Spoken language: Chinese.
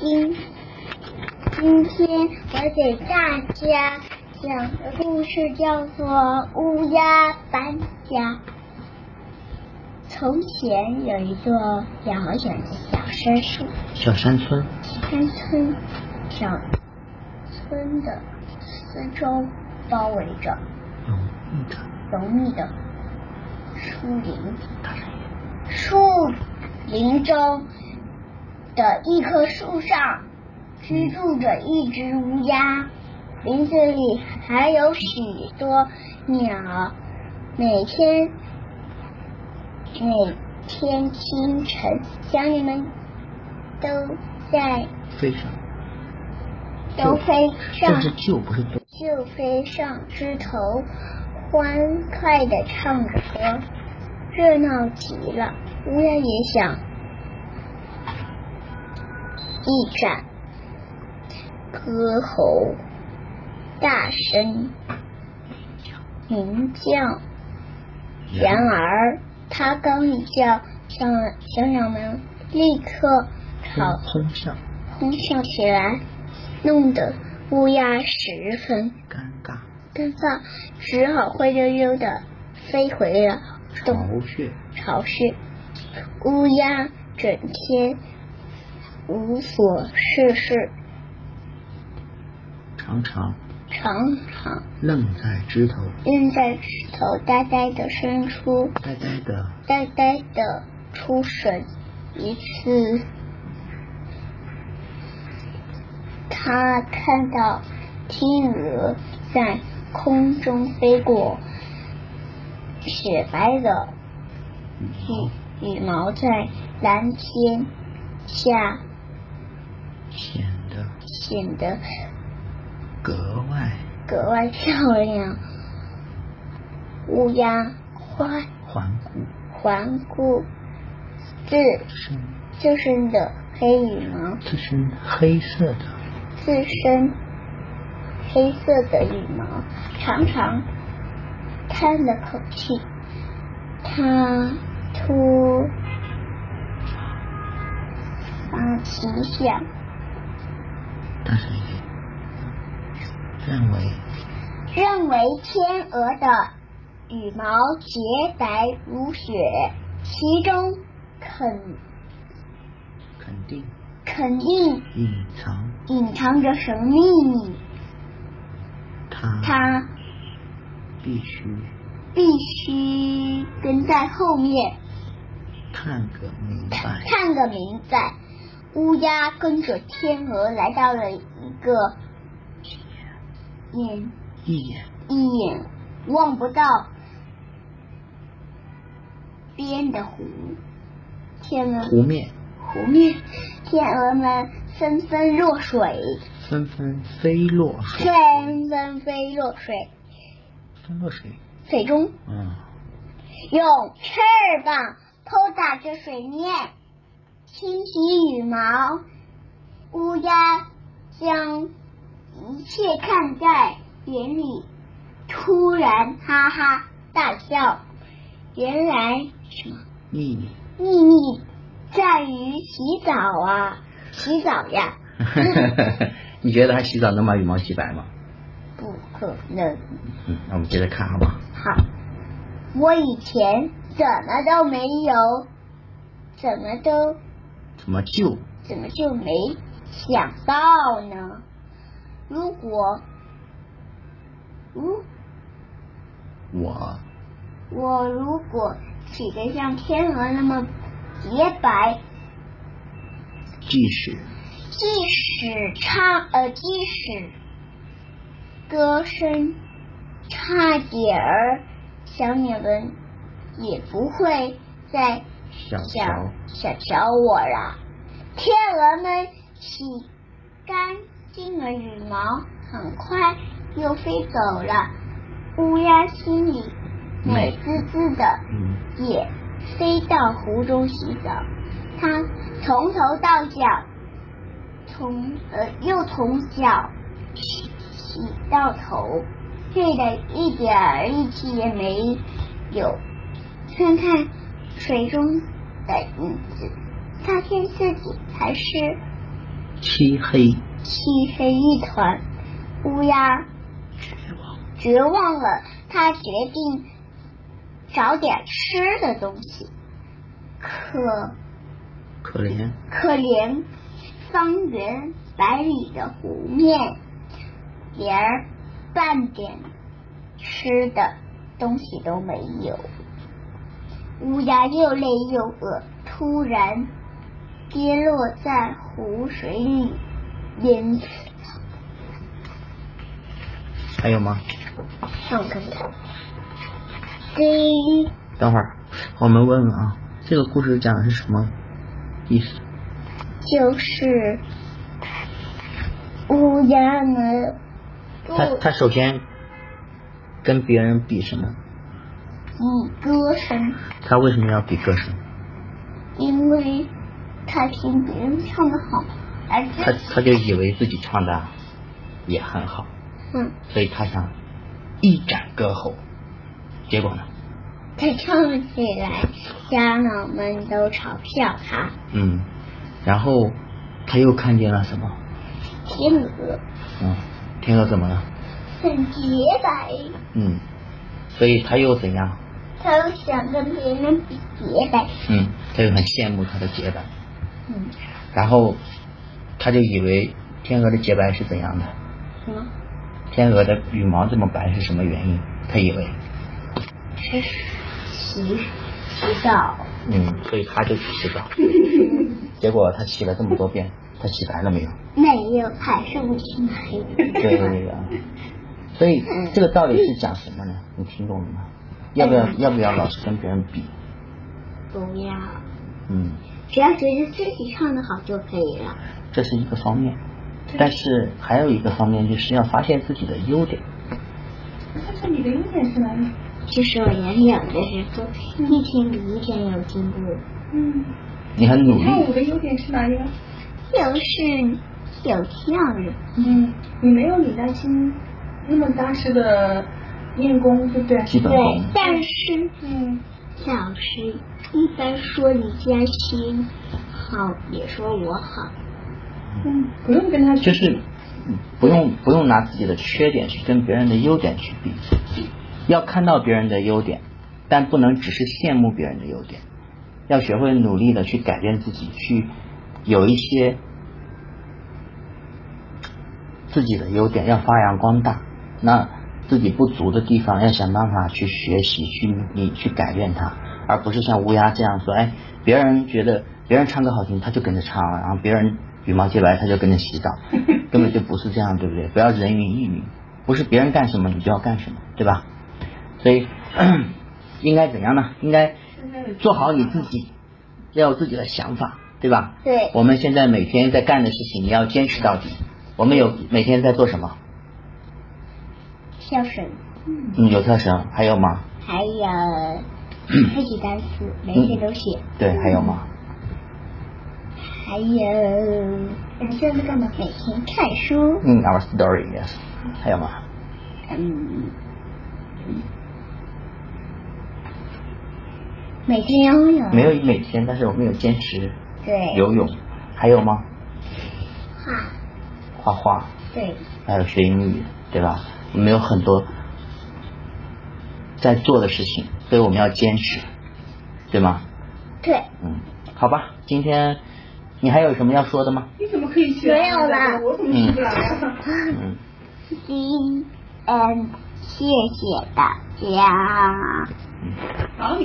今天我给大家讲的故事叫做《乌鸦搬家》。从前有一座遥远的小山村，小村的四周包围着浓密的树林。树林中的一棵树上居住着一只乌鸦，林子里还有许多鸟。每天清晨，小鸟们都在飞上，这是就不是就飞上枝头，欢快地唱着歌，热闹极了。乌鸦也想一展歌喉，大声鸣叫。然而他刚一叫，小鸟们立刻哄笑起来，弄得乌鸦十分尴尬， 只好灰溜溜的飞回了巢穴。乌鸦整天无所事事， 常常愣在枝头，呆呆的出神。一次，他看到天鹅在空中飞过，雪白的羽毛在蓝天下显得格外漂亮。乌鸦环顾自身的黑羽毛， 自身黑色的羽毛，常常叹了口气。他突发奇想， 但是认为天鹅的羽毛洁白如雪，其中肯定隐藏着什么秘密。他必须跟在后面看个明白。 乌鸦跟着天鹅来到了一个一眼望不到边的湖面，天鹅们纷纷飞落水中，用翅膀扑打着水面，轻洗羽毛。乌鸦将一切看在眼里，突然哈哈大笑。原来秘密在于洗澡呀。 你觉得他洗澡能把羽毛洗白吗？ 不可能。 那我们接着看好不好？ 好。我以前怎么都没有，怎么就没想到呢？如果洗得像天鹅那么洁白， 即使歌声差点儿，小鸟们也不会再小瞧我了。天鹅们洗干净了羽毛，很快又飞走了。乌鸦心里美滋滋的，也飞到湖中洗澡。它从头到脚，从脚洗到头，累得一点力气也没有。看看水中的影子，发现自己还是漆黑一团。乌鸦绝望了，他决定找点吃的东西。可怜方圆百里的湖面，连半点吃的东西都没有。乌鸦又累又饿，突然跌落在湖水里，淹死了。 还有吗？ 让我看看。 等会儿，我们问问啊，这个故事讲的是什么意思？ 就是乌鸦呢， 他首先跟别人比什么？ 比歌声。 他为什么要比歌声？ 因为他听别人唱的好，而他就以为自己唱的也很好，所以他想一展歌喉。结果呢？ 他唱起来，家长们都嘲笑他。 然后他又看见了什么？ 天鹅。 天鹅怎么了？ 很洁白。 所以他又怎样？ 他又想跟别人比洁白。 他又很羡慕他的洁白。然后他就以为天鹅的洁白是怎样的？ 什么？ 天鹅的羽毛这么白是什么原因？他以为是洗澡。 所以他就去洗澡。结果他洗了这么多遍，他洗白了没有？ 没有，还是不清黑。 对呀。所以这个道理是讲什么呢？你听懂了吗？要不要老是跟别人比？ 不要。只要觉得自己唱的好就可以了。 这是一个方面，但是还有一个方面就是要发现自己的优点。 发现你的优点是哪里？ 就是我演讲的时候，一天比一天有进步。 你很努力。 跳舞的优点是哪里啊？ 就是有跳的。 你没有李嘉欣那么扎实的硬功，对不对？ 基本功。 对，但是老师一般说李嘉欣好，也说我好。 不用跟他就是不用拿自己的缺点去跟别人的优点去比，要看到别人的优点，但不能只是羡慕别人的优点，要学会努力的去改变自己，去有一些自己的优点要发扬光大，那自己不足的地方要想办法去学习，去努力去改变它，而不是像乌鸦这样说，别人觉得别人唱歌好听他就跟着唱，然后别人羽毛洁白他就跟着洗澡，根本就不是这样，对不对？不要人云亦云，不是别人干什么你就要干什么，对吧？所以应该怎样呢？应该做好你自己，要有自己的想法，对吧？ 对。 我们现在每天在干的事情你要坚持到底。我们每天在做什么？ 跳绳。 有跳绳，还有吗？ 还有背记单词，每天都写。 对，还有吗？ 还有你现在在干嘛？每天看书。 Our story, yes。还有吗？ 每天游泳。 没有每天，但是我们有坚持。 对。 游泳，还有吗？画画。 对。 还有学英语，对吧？我们有很多在做的事情，所以我们要坚持，对吗？ 对。 好吧，今天你还有什么要说的吗？ 你怎么可以学？ 没有了。 我怎么学不来呀 ？The end，谢谢大家。 好。